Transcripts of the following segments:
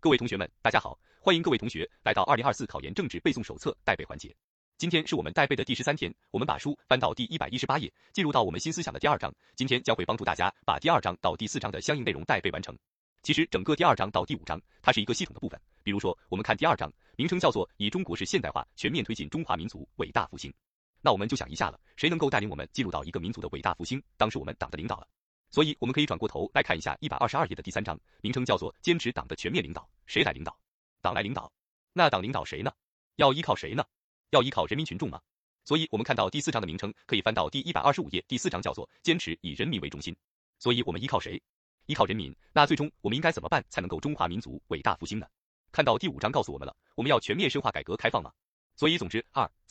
各位同学们，大家好，欢迎各位同学来到2024考研政治背诵手册带背环节。今天是我们带背的第13天，我们把书翻到第118页，进入到我们新思想的第2章。今天将会帮助大家把第2章到第4章的相应内容带背完成。其实整个第2章到第5章，它是一个系统的部分。比如说，我们看第2章，名称叫做以中国式现代化全面推进中华民族伟大复兴。那我们就想一下了，谁能够带领我们进入到一个民族的伟大复兴？当是我们党的领导了。所以我们可以转过头来看一下122页的第3章，名称叫做坚持党的全面领导。谁来领导？党来领导。那党领导谁呢？要依靠谁呢？要依靠人民群众吗？所以我们看到第4章的名称可以翻到第125页，第4章叫做坚持以人民为中心。所以我们依靠谁？依靠人民。那最终我们应该怎么办才能够中华民族伟大复兴呢？看到第5章告诉我们了，我们要全面深化改革开放嘛。所以总之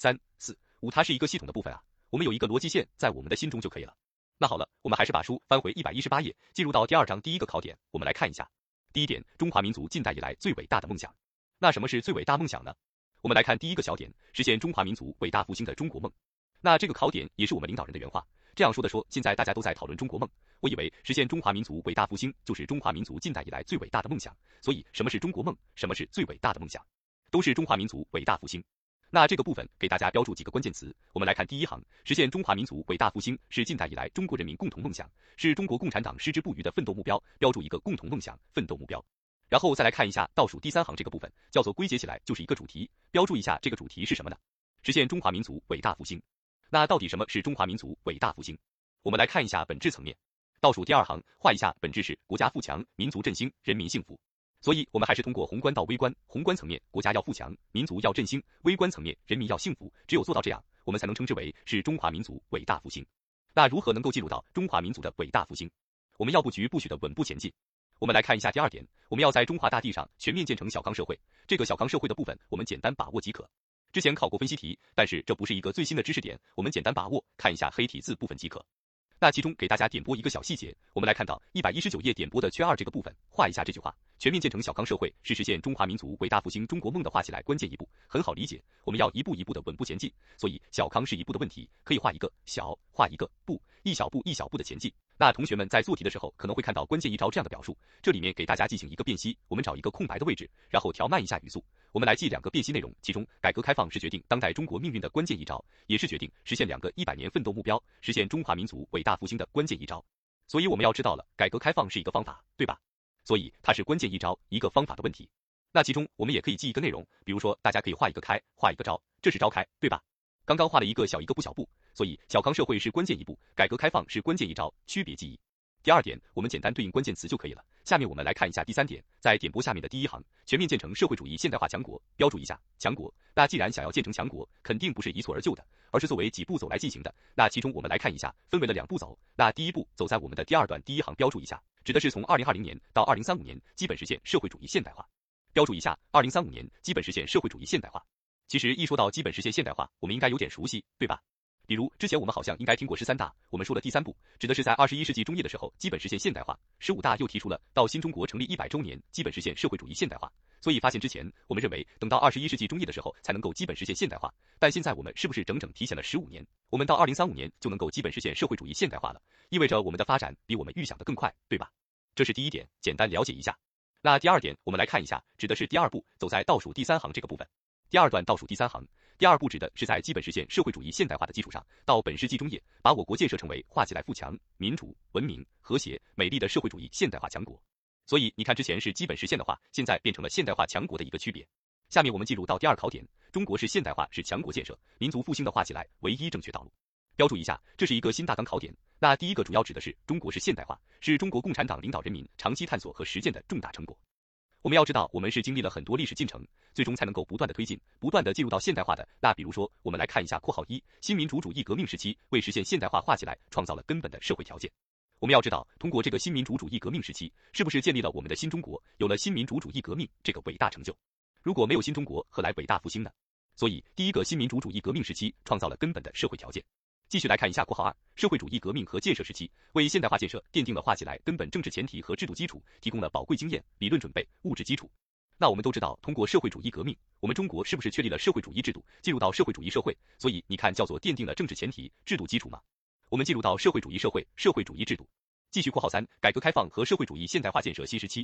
2、3、4、5它是一个系统的部分啊，我们有一个逻辑线在我们的心中就可以了。那好了，我们还是把书翻回118页，进入到第2章第一个考点，我们来看一下。第一点，中华民族近代以来最伟大的梦想。那什么是最伟大梦想呢？我们来看第一个小点，实现中华民族伟大复兴的中国梦。那这个考点也是我们领导人的原话，这样说的说，现在大家都在讨论中国梦，我以为实现中华民族伟大复兴就是中华民族近代以来最伟大的梦想，所以什么是中国梦，什么是最伟大的梦想，都是中华民族伟大复兴。那这个部分给大家标注几个关键词，我们来看第一行，实现中华民族伟大复兴是近代以来中国人民共同梦想，是中国共产党矢志不渝的奋斗目标，标注一个共同梦想奋斗目标。然后再来看一下倒数第3行这个部分，叫做归结起来就是一个主题，标注一下这个主题是什么呢？实现中华民族伟大复兴。那到底什么是中华民族伟大复兴？我们来看一下本质层面，倒数第2行画一下，本质是国家富强，民族振兴，人民幸福。所以我们还是通过宏观到微观，宏观层面国家要富强，民族要振兴，微观层面人民要幸福，只有做到这样，我们才能称之为是中华民族伟大复兴。那如何能够进入到中华民族的伟大复兴？我们要不局不许的稳步前进。我们来看一下第2点，我们要在中华大地上全面建成小康社会，这个小康社会的部分我们简单把握即可。之前考过分析题，但是这不是一个最新的知识点，我们简单把握，看一下黑体字部分即可。那其中给大家点拨一个小细节，我们来看到119页点拨的缺2这个部分，画一下这句话，全面建成小康社会是实现中华民族伟大复兴中国梦的画起来关键一步，很好理解，我们要一步一步的稳步前进，所以小康是一步的问题，可以画一个小，画一个步，一小步一小步的前进。那同学们在做题的时候可能会看到关键一招这样的表述，这里面给大家进行一个辨析，我们找一个空白的位置，然后调慢一下语速，我们来记2个辨析内容，其中改革开放是决定当代中国命运的关键一招，也是决定实现2个100年奋斗目标，实现中华民族伟大复兴的关键一招。所以我们要知道了，改革开放是一个方法，对吧？所以它是关键一招，一个方法的问题。那其中我们也可以记一个内容，比如说大家可以画一个开，画一个招，这是招开，对吧？刚刚画了一个小一个不小步，所以小康社会是关键一步，改革开放是关键一招，区别记忆。第2点，我们简单对应关键词就可以了。下面我们来看一下第3点，在点拨下面的第1行，全面建成社会主义现代化强国，标注一下强国。那既然想要建成强国，肯定不是一蹴而就的，而是作为几步走来进行的。那其中我们来看一下，分为了2步走。那第1步走在我们的第2段第1行，标注一下，指的是从2020年到2035年基本实现社会主义现代化。标注一下2035年基本实现社会主义现代化。其实一说到基本实现现代化，我们应该有点熟悉，对吧？比如之前我们好像应该听过13大，我们说了第3步，指的是在21世纪中叶的时候基本实现现代化。15大又提出了到新中国成立100周年基本实现社会主义现代化。所以发现之前我们认为等到21世纪中叶的时候才能够基本实现现代化，但现在我们是不是整整提前了15年？我们到2035年就能够基本实现社会主义现代化了，意味着我们的发展比我们预想的更快，对吧？这是第1点，简单了解一下。那第2点我们来看一下，指的是第2步走在倒数第3行这个部分。第2段倒数第3行，第2步指的是在基本实现社会主义现代化的基础上，到本世纪中叶把我国建设成为画起来富强、民主、文明、和谐、美丽的社会主义现代化强国。所以你看之前是基本实现的话，现在变成了现代化强国的一个区别。下面我们进入到第2考点，中国式现代化是强国建设、民族复兴的画起来唯一正确道路。标注一下，这是一个新大纲考点。那第1个主要指的是中国式现代化，是中国共产党领导人民长期探索和实践的重大成果。我们要知道，我们是经历了很多历史进程，最终才能够不断的推进，不断的进入到现代化的。那比如说，我们来看一下括号1，新民主主义革命时期为实现现代化画起来创造了根本的社会条件。我们要知道，通过这个新民主主义革命时期，是不是建立了我们的新中国，有了新民主主义革命这个伟大成就？如果没有新中国，何来伟大复兴呢？所以第1个新民主主义革命时期创造了根本的社会条件。继续来看一下括号2，社会主义革命和建设时期为现代化建设奠定了画起来根本政治前提和制度基础，提供了宝贵经验、理论准备、物质基础。那我们都知道，通过社会主义革命，我们中国是不是确立了社会主义制度，进入到社会主义社会？所以你看叫做奠定了政治前提、制度基础嘛。我们进入到社会主义社会、社会主义制度。继续括号3，改革开放和社会主义现代化建设新时期。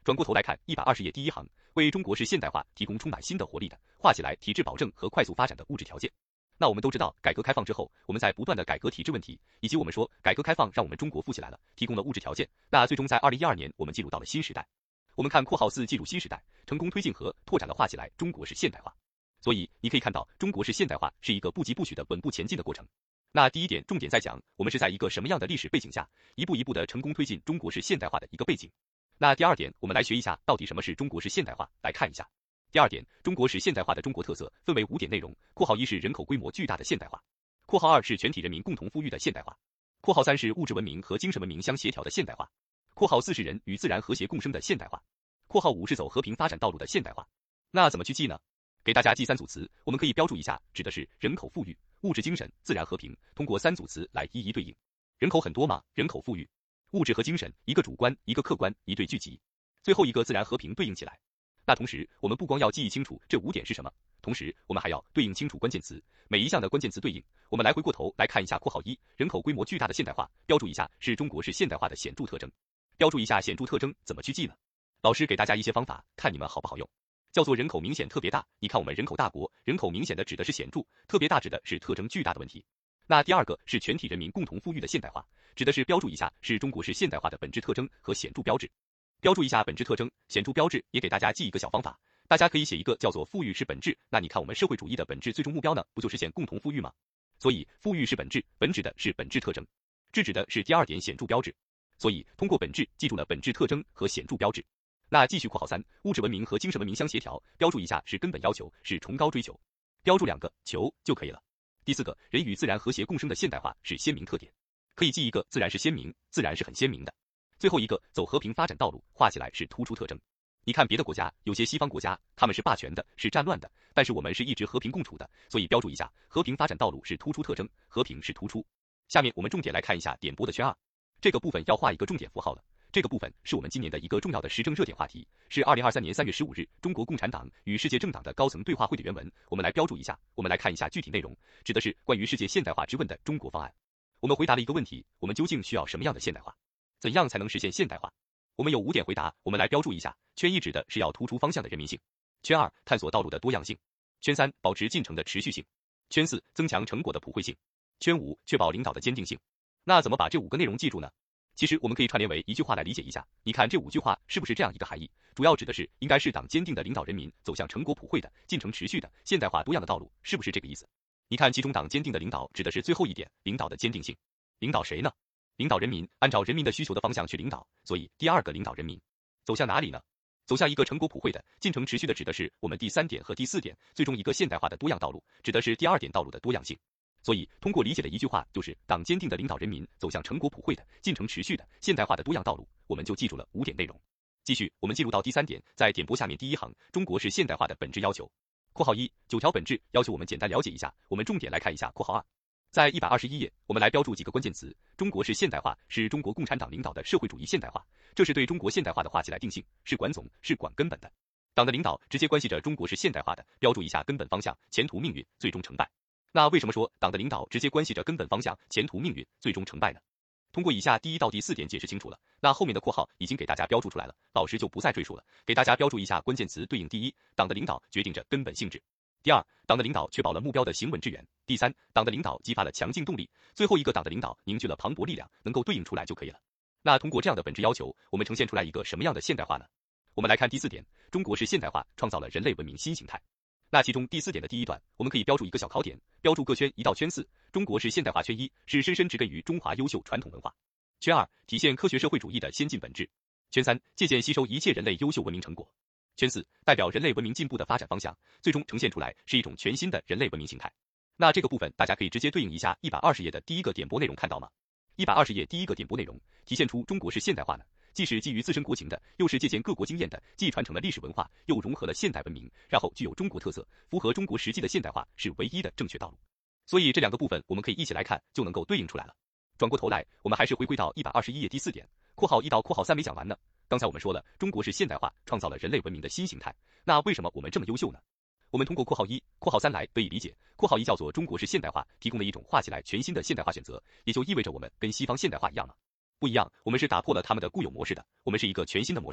转过头来看120页第一行，为中国式现代化提供充满新的活力的，画起来体制保证和快速发展的物质条件。那我们都知道，改革开放之后，我们在不断的改革体制问题，以及我们说改革开放让我们中国富起来了，提供了物质条件。那最终在2012年，我们进入到了新时代。我们看4进入新时代，成功推进和拓展了画起来中国式现代化。所以你可以看到，中国式现代化是一个不疾不徐的稳步前进的过程。那第一点重点在讲，我们是在一个什么样的历史背景下，一步一步的成功推进中国式现代化的一个背景。那第二点，我们来学一下到底什么是中国式现代化，来看一下。第二点，中国式现代化的中国特色分为5点内容：1是人口规模巨大的现代化；2是全体人民共同富裕的现代化；3是物质文明和精神文明相协调的现代化；4是人与自然和谐共生的现代化；5是走和平发展道路的现代化。那怎么去记呢？给大家记3组词，我们可以标注一下，指的是人口富裕、物质精神、自然和平，通过3组词来一一对应。人口很多嘛，人口富裕；物质和精神，一个主观，一个客观，一对聚集；最后一个自然和平对应起来。那同时，我们不光要记忆清楚这5点是什么，同时我们还要对应清楚关键词，每一项的关键词对应。我们来回过头来看一下1人口规模巨大的现代化，标注一下是中国式现代化的显著特征。标注一下显著特征怎么去记呢？老师给大家一些方法，看你们好不好用。叫做人口明显特别大，你看我们人口大国，人口明显的指的是显著，特别大指的是特征巨大的问题。那第二个是全体人民共同富裕的现代化，指的是标注一下是中国式现代化的本质特征和显著标志。标注一下本质特征、显著标志，也给大家记一个小方法，大家可以写一个叫做富裕是本质。那你看我们社会主义的本质最终目标呢，不就实现共同富裕吗？所以富裕是本质，本指的是本质特征，质指的是第2点显著标志。所以通过本质记住了本质特征和显著标志。那继续3物质文明和精神文明相协调，标注一下是根本要求，是崇高追求，标注2个求就可以了。第4个人与自然和谐共生的现代化是鲜明特点，可以记一个自然是鲜明，自然是很鲜明的。最后一个走和平发展道路，画起来是突出特征。你看别的国家，有些西方国家他们是霸权的，是战乱的，但是我们是一直和平共处的，所以标注一下和平发展道路是突出特征，和平是突出。下面我们重点来看一下点播的圈2，这个部分要画一个重点符号了。这个部分是我们今年的一个重要的时政热点话题，是2023年3月15日中国共产党与世界政党的高层对话会的原文。我们来标注一下，我们来看一下具体内容，指的是关于世界现代化之问的中国方案。我们回答了一个问题，我们究竟需要什么样的现代化？怎样才能实现现代化？我们有5点回答，我们来标注一下。圈1指的是要突出方向的人民性，圈2探索道路的多样性，圈3保持进程的持续性，圈4增强成果的普惠性，圈5确保领导的坚定性。那怎么把这5个内容记住呢？其实我们可以串联为一句话来理解一下，你看这5句话是不是这样一个含义？主要指的是应该是党坚定的领导人民走向成果普惠的、进程持续的、现代化多样的道路，是不是这个意思？你看其中党坚定的领导指的是最后一点，领导的坚定性。领导谁呢？领导人民，按照人民的需求的方向去领导，所以第2个领导人民。走向哪里呢？走向一个成果普惠的、进程持续的，指的是我们第3点和第4点，最终一个现代化的多样道路，指的是第2点道路的多样性。所以通过理解的一句话就是党坚定的领导人民走向成果普惠的、进程持续的、现代化的多样道路，我们就记住了5点内容。继续，我们进入到第3点，在点播下面第1行，中国式现代化的本质要求。1 9条本质要求我们简单了解一下，我们重点来看一下2。在121页，我们来标注几个关键词。中国式现代化是中国共产党领导的社会主义现代化，这是对中国现代化的画起来定性，是管总，是管根本的。党的领导直接关系着中国式现代化的，标注一下根本方向、前途命运、最终成败。那为什么说党的领导直接关系着根本方向、前途命运、最终成败呢？通过以下第1到第4点解释清楚了，那后面的括号已经给大家标注出来了，老师就不再赘述了，给大家标注一下关键词对应。第1，党的领导决定着根本性质。第2，党的领导确保了目标的行稳致远。第3，党的领导激发了强劲动力。最后一个，党的领导凝聚了磅礴力量，能够对应出来就可以了。那通过这样的本质要求，我们呈现出来一个什么样的现代化呢？我们来看第4点，中国式现代化创造了人类文明新形态。那其中第4点的第1段，我们可以标注一个小考点，标注各圈1到圈4。中国式现代化圈1是深深植根于中华优秀传统文化。圈2体现科学社会主义的先进本质。圈3借鉴吸收一切人类优秀文明成果。圈4代表人类文明进步的发展方向，最终呈现出来是一种全新的人类文明形态。那这个部分大家可以直接对应一下120页的第1个点播内容，看到吗？120页第1个点播内容体现出中国式现代化呢，既是基于自身国情的，又是借鉴各国经验的，既传承了历史文化，又融合了现代文明，然后具有中国特色，符合中国实际的现代化，是唯一的正确道路。所以这2个部分我们可以一起来看，就能够对应出来了。转过头来，我们还是回归到121页第4点，括号1到括号3没讲完呢。刚才我们说了，中国式现代化创造了人类文明的新形态，那为什么我们这么优秀呢？我们通过括号1、括号3来得以理解，括号1叫做中国式现代化提供了一种画起来全新的现代化选择，也就意味着我们跟西方现代化一样吗？不一样，我们是打破了他们的固有模式的，我们是一个全新的模式。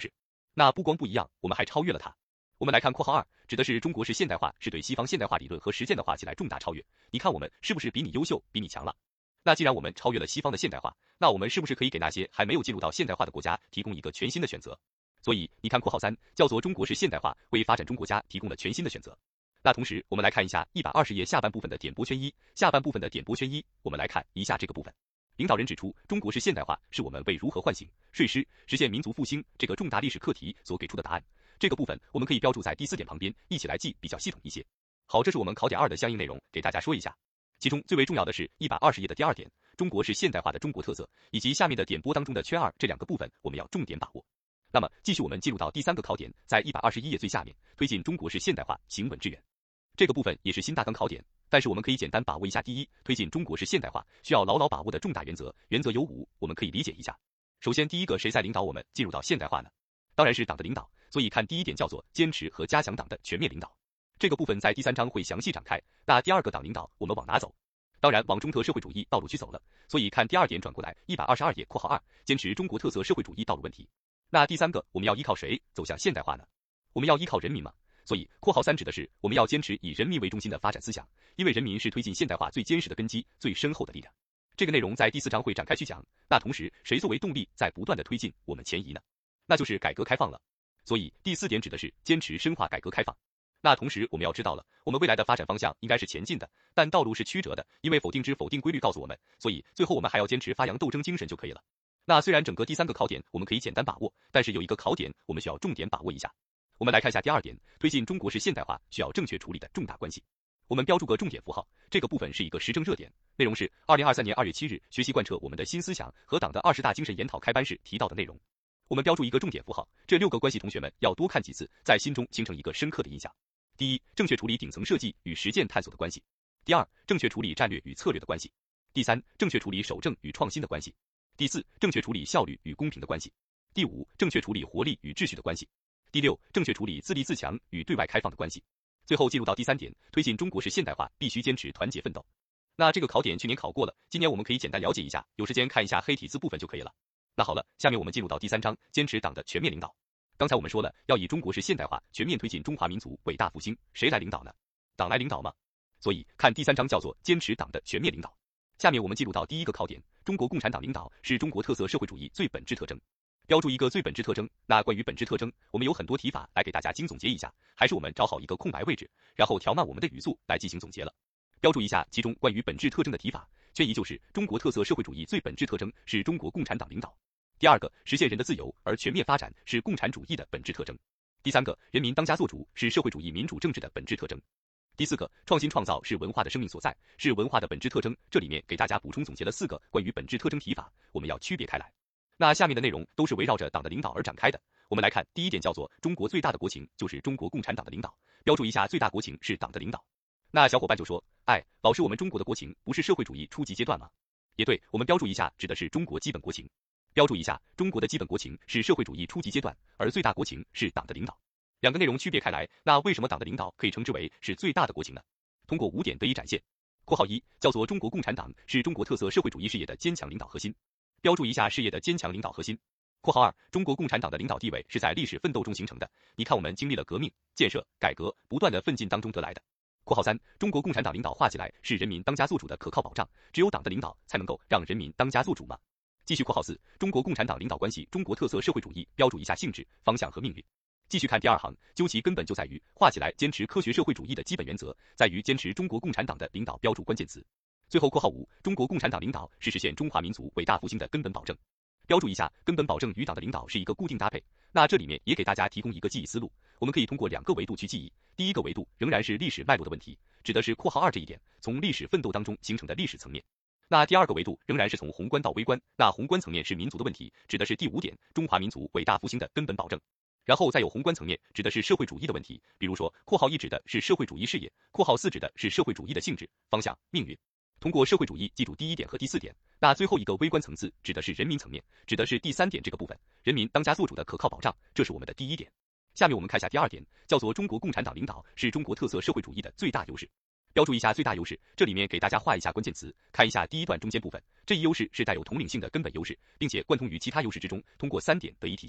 那不光不一样，我们还超越了它。我们来看括号2，指的是中国式现代化是对西方现代化理论和实践的画起来重大超越。你看我们是不是比你优秀，比你强了？那既然我们超越了西方的现代化，那我们是不是可以给那些还没有进入到现代化的国家提供一个全新的选择？所以你看括号3叫做中国式现代化为发展中国家提供了全新的选择。那同时我们来看一下120页下半部分的点拨圈1，下半部分的点拨圈1，我们来看一下这个部分。领导人指出，中国式现代化是我们为如何唤醒、睡狮、实现民族复兴这个重大历史课题所给出的答案。这个部分我们可以标注在第4点旁边，一起来记比较系统一些。好，这是我们考点2的相应内容，给大家说一下。其中最为重要的是120页的第2点，中国式现代化的中国特色，以及下面的点拨当中的圈2这2个部分，我们要重点把握。那么继续我们进入到第3个考点，在121页最下面，推进中国式现代化，行稳致远。这个部分也是新大纲考点，但是我们可以简单把握一下。第一，推进中国式现代化需要牢牢把握的重大原则，原则有5，我们可以理解一下。首先第一个，谁在领导我们进入到现代化呢？当然是党的领导，所以看第1点叫做坚持和加强党的全面领导。这个部分在第3章会详细展开。那第2个党领导我们往哪走？当然往中特社会主义道路去走了，所以看第2点转过来122页括号2，坚持中国特色社会主义道路问题。那第3个我们要依靠谁走向现代化呢？我们要依靠人民嘛。所以括号3指的是我们要坚持以人民为中心的发展思想，因为人民是推进现代化最坚实的根基、最深厚的力量。这个内容在第4章会展开去讲。那同时谁作为动力在不断的推进我们前移呢？那就是改革开放了。所以第4点指的是坚持深化改革开放。那同时我们要知道了，我们未来的发展方向应该是前进的，但道路是曲折的，因为否定之否定规律告诉我们，所以最后我们还要坚持发扬斗争精神就可以了。那虽然整个第3个考点我们可以简单把握，但是有一个考点我们需要重点把握一下。我们来看一下第2点，推进中国式现代化需要正确处理的重大关系。我们标注个重点符号，这个部分是一个时政热点，内容是2023年2月7日学习贯彻我们的新思想和党的20大精神研讨开班时提到的内容。我们标注一个重点符号，这6个关系同学们要多看几次，在心中形成一个深刻的印象。第一，正确处理顶层设计与实践探索的关系；第2，正确处理战略与策略的关系；第3，正确处理守正与创新的关系；第4，正确处理效率与公平的关系；第5，正确处理活力与秩序的关系；第6，正确处理自立自强与对外开放的关系。最后进入到第3点，推进中国式现代化必须坚持团结奋斗。那这个考点去年考过了，今年我们可以简单了解一下，有时间看一下黑体字部分就可以了。那好了，下面我们进入到第3章，坚持党的全面领导。刚才我们说了，要以中国式现代化全面推进中华民族伟大复兴，谁来领导呢？党来领导吗？所以看第3章叫做坚持党的全面领导。下面我们进入到第1个考点，中国共产党领导是中国特色社会主义最本质特征。标注一个最本质特征，那关于本质特征，我们有很多提法来给大家精总结一下，还是我们找好一个空白位置，然后调慢我们的语速来进行总结了。标注一下其中关于本质特征的提法，圈一就是中国特色社会主义最本质特征是中国共产党领导。第2个，实现人的自由而全面发展是共产主义的本质特征。第3个，人民当家作主是社会主义民主政治的本质特征。第4个，创新创造是文化的生命所在，是文化的本质特征。这里面给大家补充总结了4个关于本质特征提法，我们要区别开来。那下面的内容都是围绕着党的领导而展开的。我们来看第1点叫做中国最大的国情就是中国共产党的领导，标注一下最大国情是党的领导。那小伙伴就说，老师我们中国的国情不是社会主义初级阶段吗？也对，我们标注一下指的是中国基本国情。标注一下中国的基本国情是社会主义初级阶段，而最大国情是党的领导。2个内容区别开来，那为什么党的领导可以称之为是最大的国情呢？通过5点得以展现。括号1叫做中国共产党是中国特色社会主义事业的坚强领导核心。标注一下事业的坚强领导核心。括号2，中国共产党的领导地位是在历史奋斗中形成的，你看我们经历了革命、建设、改革，不断的奋进当中得来的。括号3，中国共产党领导画起来是人民当家作主的可靠保障，只有党的领导才能够让人民当家作主嘛。继续括号4，中国共产党领导关系中国特色社会主义，标注一下性质、方向和命运。继续看第2行，究其根本就在于画起来坚持科学社会主义的基本原则，在于坚持中国共产党的领导，标注关键词。最后括号5，中国共产党领导是实现中华民族伟大复兴的根本保证。标注一下，根本保证与党的领导是一个固定搭配。那这里面也给大家提供一个记忆思路，我们可以通过2个维度去记忆。第1个维度仍然是历史脉络的问题，指的是括号2这一点，从历史奋斗当中形成的历史层面。那第2个维度仍然是从宏观到微观，那宏观层面是民族的问题，指的是第5点，中华民族伟大复兴的根本保证。然后再有宏观层面，指的是社会主义的问题，比如说括号1指的是社会主义事业，括号4指的是社会主义的性质、方向、命运。通过社会主义记住第1点和第4点，那最后一个微观层次指的是人民层面，指的是第3点这个部分，人民当家作主的可靠保障，这是我们的第1点。下面我们看一下第2点，叫做中国共产党领导是中国特色社会主义的最大优势。标注一下最大优势，这里面给大家画一下关键词，看一下第1段中间部分，这一优势是带有统领性的根本优势，并且贯通于其他优势之中，通过3点得以体现。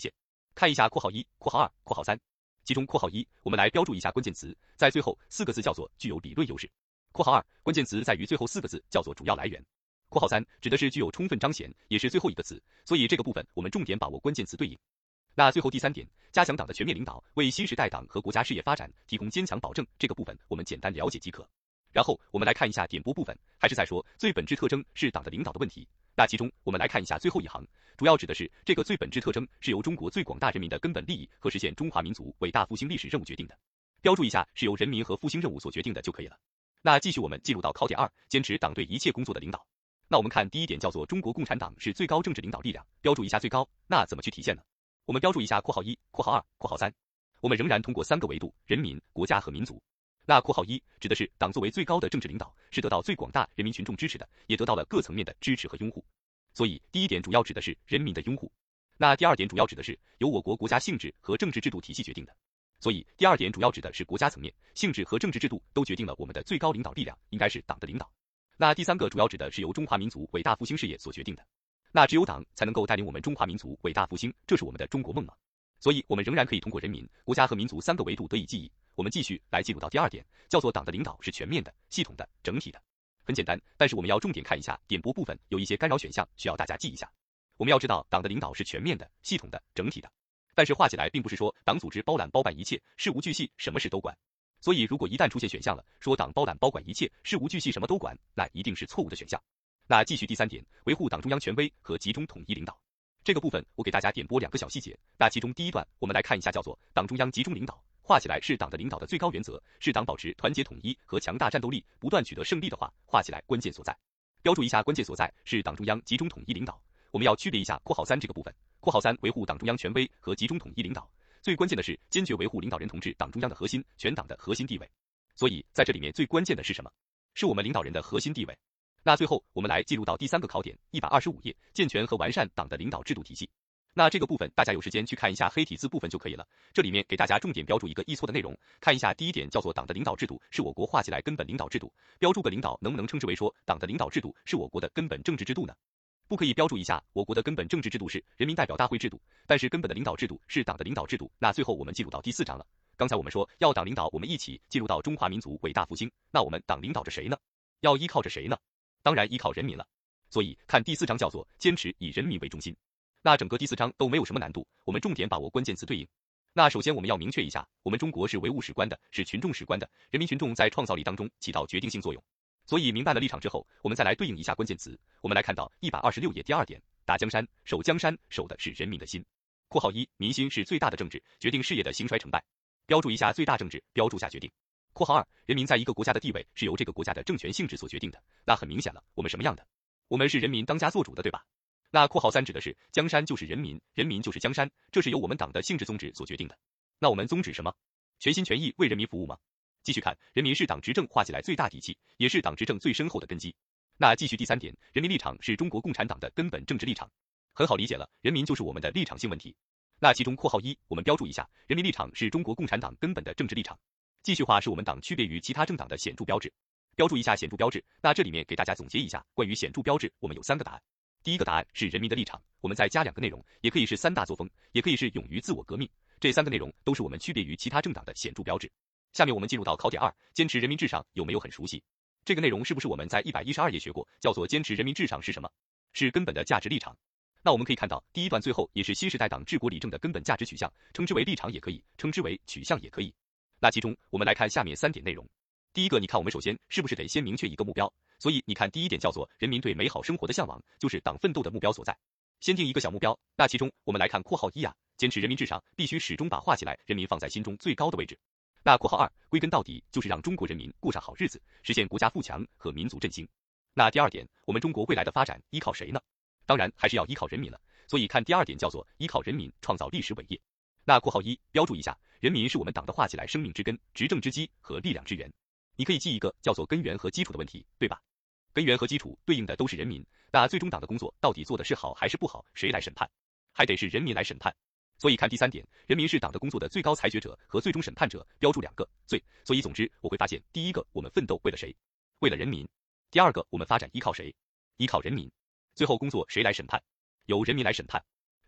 看一下括号1、括号2、括号3，其中括号1我们来标注一下关键词，在最后4个字叫做具有理论优势。括号2关键词在于最后4个字叫做主要来源。括号3指的是具有充分彰显，也是最后一个词，所以这个部分我们重点把握关键词对应。那最后第3点，加强党的全面领导，为新时代党和国家事业发展提供坚强保证，这个部分我们简单了解即可。然后我们来看一下点播部分，还是在说最本质特征是党的领导的问题。那其中我们来看一下最后一行，主要指的是这个最本质特征是由中国最广大人民的根本利益和实现中华民族伟大复兴历史任务决定的，标注一下是由人民和复兴任务所决定的就可以了。那继续我们进入到考点2，坚持党对一切工作的领导。那我们看第1点叫做中国共产党是最高政治领导力量，标注一下最高，那怎么去体现呢？我们标注一下括号1、括号2、括号3，我们仍然通过3个维度：人民、国家和民族。那括号1指的是党作为最高的政治领导，是得到最广大人民群众支持的，也得到了各层面的支持和拥护。所以第1点主要指的是人民的拥护。那第2点主要指的是由我国国家性质和政治制度体系决定的。所以第2点主要指的是国家层面、性质和政治制度都决定了我们的最高领导力量应该是党的领导。那第3个主要指的是由中华民族伟大复兴事业所决定的。那只有党才能够带领我们中华民族伟大复兴，这是我们的中国梦嘛。所以我们仍然可以通过人民、国家和民族3个维度得以记忆。我们继续来进入到第2点，叫做党的领导是全面的、系统的、整体的。很简单，但是我们要重点看一下点播部分有一些干扰选项需要大家记一下。我们要知道党的领导是全面的、系统的、整体的。但是画起来并不是说党组织包揽包办一切，事无巨细，什么事都管。所以如果一旦出现选项了，说党包揽包管一切，事无巨细，什么都管，那一定是错误的选项。那继续第3点，维护党中央权威和集中统一领导。这个部分我给大家点播2个小细节。那其中第1段我们来看一下，叫做党中央集中领导，画起来是党的领导的最高原则，是党保持团结统一和强大战斗力不断取得胜利的话，画起来关键所在。标注一下关键所在是党中央集中统一领导。我们要区别一下括号3这个部分。括号3维护党中央权威和集中统一领导，最关键的是坚决维护领导人同志党中央的核心、全党的核心地位。所以在这里面最关键的是什么？是我们领导人的核心地位。那最后我们来进入到第3个考点，125页，健全和完善党的领导制度体系。那这个部分大家有时间去看一下黑体字部分就可以了，这里面给大家重点标注一个易错的内容，看一下第1点叫做党的领导制度是我国画起来根本领导制度，标注个领导能不能称之为说党的领导制度是我国的根本政治制度呢？不可以标注一下我国的根本政治制度是人民代表大会制度，但是根本的领导制度是党的领导制度。那最后我们进入到第4章了，刚才我们说要党领导我们一起进入到中华民族伟大复兴，那我们党领导着谁呢？要依靠着谁呢？当然依靠人民了。所以看第4章叫做坚持以人民为中心。那整个第4章都没有什么难度，我们重点把握关键词对应。那首先我们要明确一下，我们中国是唯物史观的，是群众史观的，人民群众在创造力当中起到决定性作用。所以明白了立场之后，我们再来对应一下关键词。我们来看到126页第2点，打江山，守江山，守的是人民的心。括号1，民心是最大的政治，决定事业的兴衰成败。标注一下最大政治，标注下决定。括号2，人民在一个国家的地位是由这个国家的政权性质所决定的。那很明显了，我们什么样的？我们是人民当家做主的，对吧？那括号3指的是江山就是人民，人民就是江山，这是由我们党的性质宗旨所决定的。那我们宗旨什么？全心全意为人民服务吗？继续看，人民是党执政画起来最大底气，也是党执政最深厚的根基。那继续第3点，人民立场是中国共产党的根本政治立场。很好理解了，人民就是我们的立场性问题。那其中括号1我们标注一下，人民立场是中国共产党根本的政治立场。继续话是我们党区别于其他政党的显著标志，标注一下显著标志。那这里面给大家总结一下，关于显著标志，我们有3个答案。第1个答案是人民的立场，我们再加2个内容，也可以是3大作风，也可以是勇于自我革命。这3个内容都是我们区别于其他政党的显著标志。下面我们进入到考点2，坚持人民至上，有没有很熟悉？这个内容是不是我们在112页学过？叫做坚持人民至上是什么？是根本的价值立场。那我们可以看到第1段最后也是新时代党治国理政的根本价值取向，称之为立场也可以，称之为取向也可以。那其中我们来看下面3点内容。第一个，你看我们首先是不是得先明确一个目标？所以你看第1点叫做人民对美好生活的向往，就是党奋斗的目标所在。先定一个小目标。那其中我们来看括号1啊，坚持人民至上，必须始终把画起来人民放在心中最高的位置。那括号2归根到底就是让中国人民过上好日子，实现国家富强和民族振兴。那第2点，我们中国未来的发展依靠谁呢？当然还是要依靠人民了。所以看第2点叫做依靠人民创造历史伟业。那括号1标注一下，人民是我们党的画起来生命之根、执政之基和力量之源。你可以记一个叫做根源和基础的问题，对吧？根源和基础对应的都是人民，那最终党的工作到底做的是好还是不好，谁来审判？还得是人民来审判。所以看第3点，人民是党的工作的最高裁决者和最终审判者，标注2个最。所以总之我会发现，第1个我们奋斗为了谁？为了人民。第2个我们发展依靠谁？依靠人民。最后工作谁来审判？由人民来审判。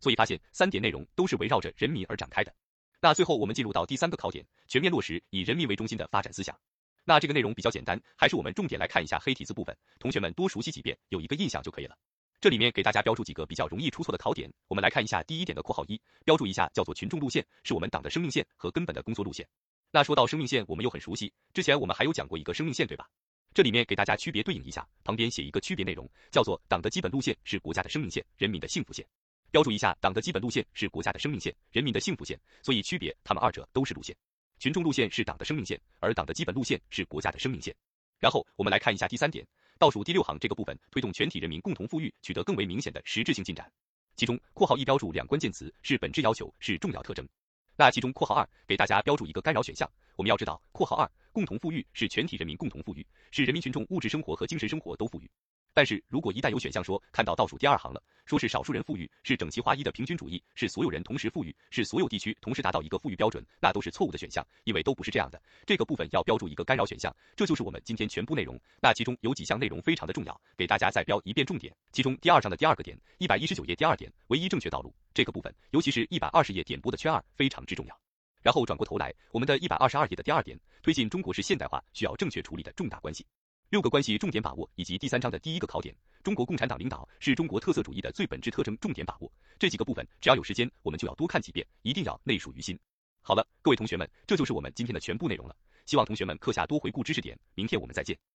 所以发现3点内容都是围绕着人民而展开的。那最后我们进入到第3个考点，全面落实以人民为中心的发展思想。那这个内容比较简单，还是我们重点来看一下黑体字部分，同学们多熟悉几遍，有一个印象就可以了。这里面给大家标注几个比较容易出错的考点，我们来看一下第1点的括号1，标注一下叫做群众路线，是我们党的生命线和根本的工作路线。那说到生命线，我们又很熟悉，之前我们还有讲过一个生命线，对吧？这里面给大家区别对应一下，旁边写一个区别内容，叫做党的基本路线是国家的生命线，人民的幸福线。标注一下，党的基本路线是国家的生命线，人民的幸福线，所以区别他们二者都是路线。群众路线是党的生命线，而党的基本路线是国家的生命线。然后我们来看一下第3点，倒数第6行这个部分，推动全体人民共同富裕取得更为明显的实质性进展。其中括号1标注2关键词是本质要求，是重要特征。那其中括号2给大家标注一个干扰选项，我们要知道括号2共同富裕是全体人民共同富裕，是人民群众物质生活和精神生活都富裕。但是如果一旦有选项说看到倒数第2行了，说是少数人富裕，是整齐划一的平均主义，是所有人同时富裕，是所有地区同时达到一个富裕标准，那都是错误的选项，因为都不是这样的。这个部分要标注一个干扰选项，这就是我们今天全部内容。那其中有几项内容非常的重要，给大家再标一遍重点。其中第2章的第2个点，119页第2点，唯一正确道路这个部分，尤其是120页点播的圈2非常之重要。然后转过头来，我们的122页的第2点，推进中国式现代化需要正确处理的重大关系。6个关系重点把握，以及第3章的第1个考点，中国共产党领导是中国特色主义的最本质特征重点把握。这几个部分只要有时间我们就要多看几遍，一定要内属于心。好了，各位同学们，这就是我们今天的全部内容了，希望同学们课下多回顾知识点，明天我们再见。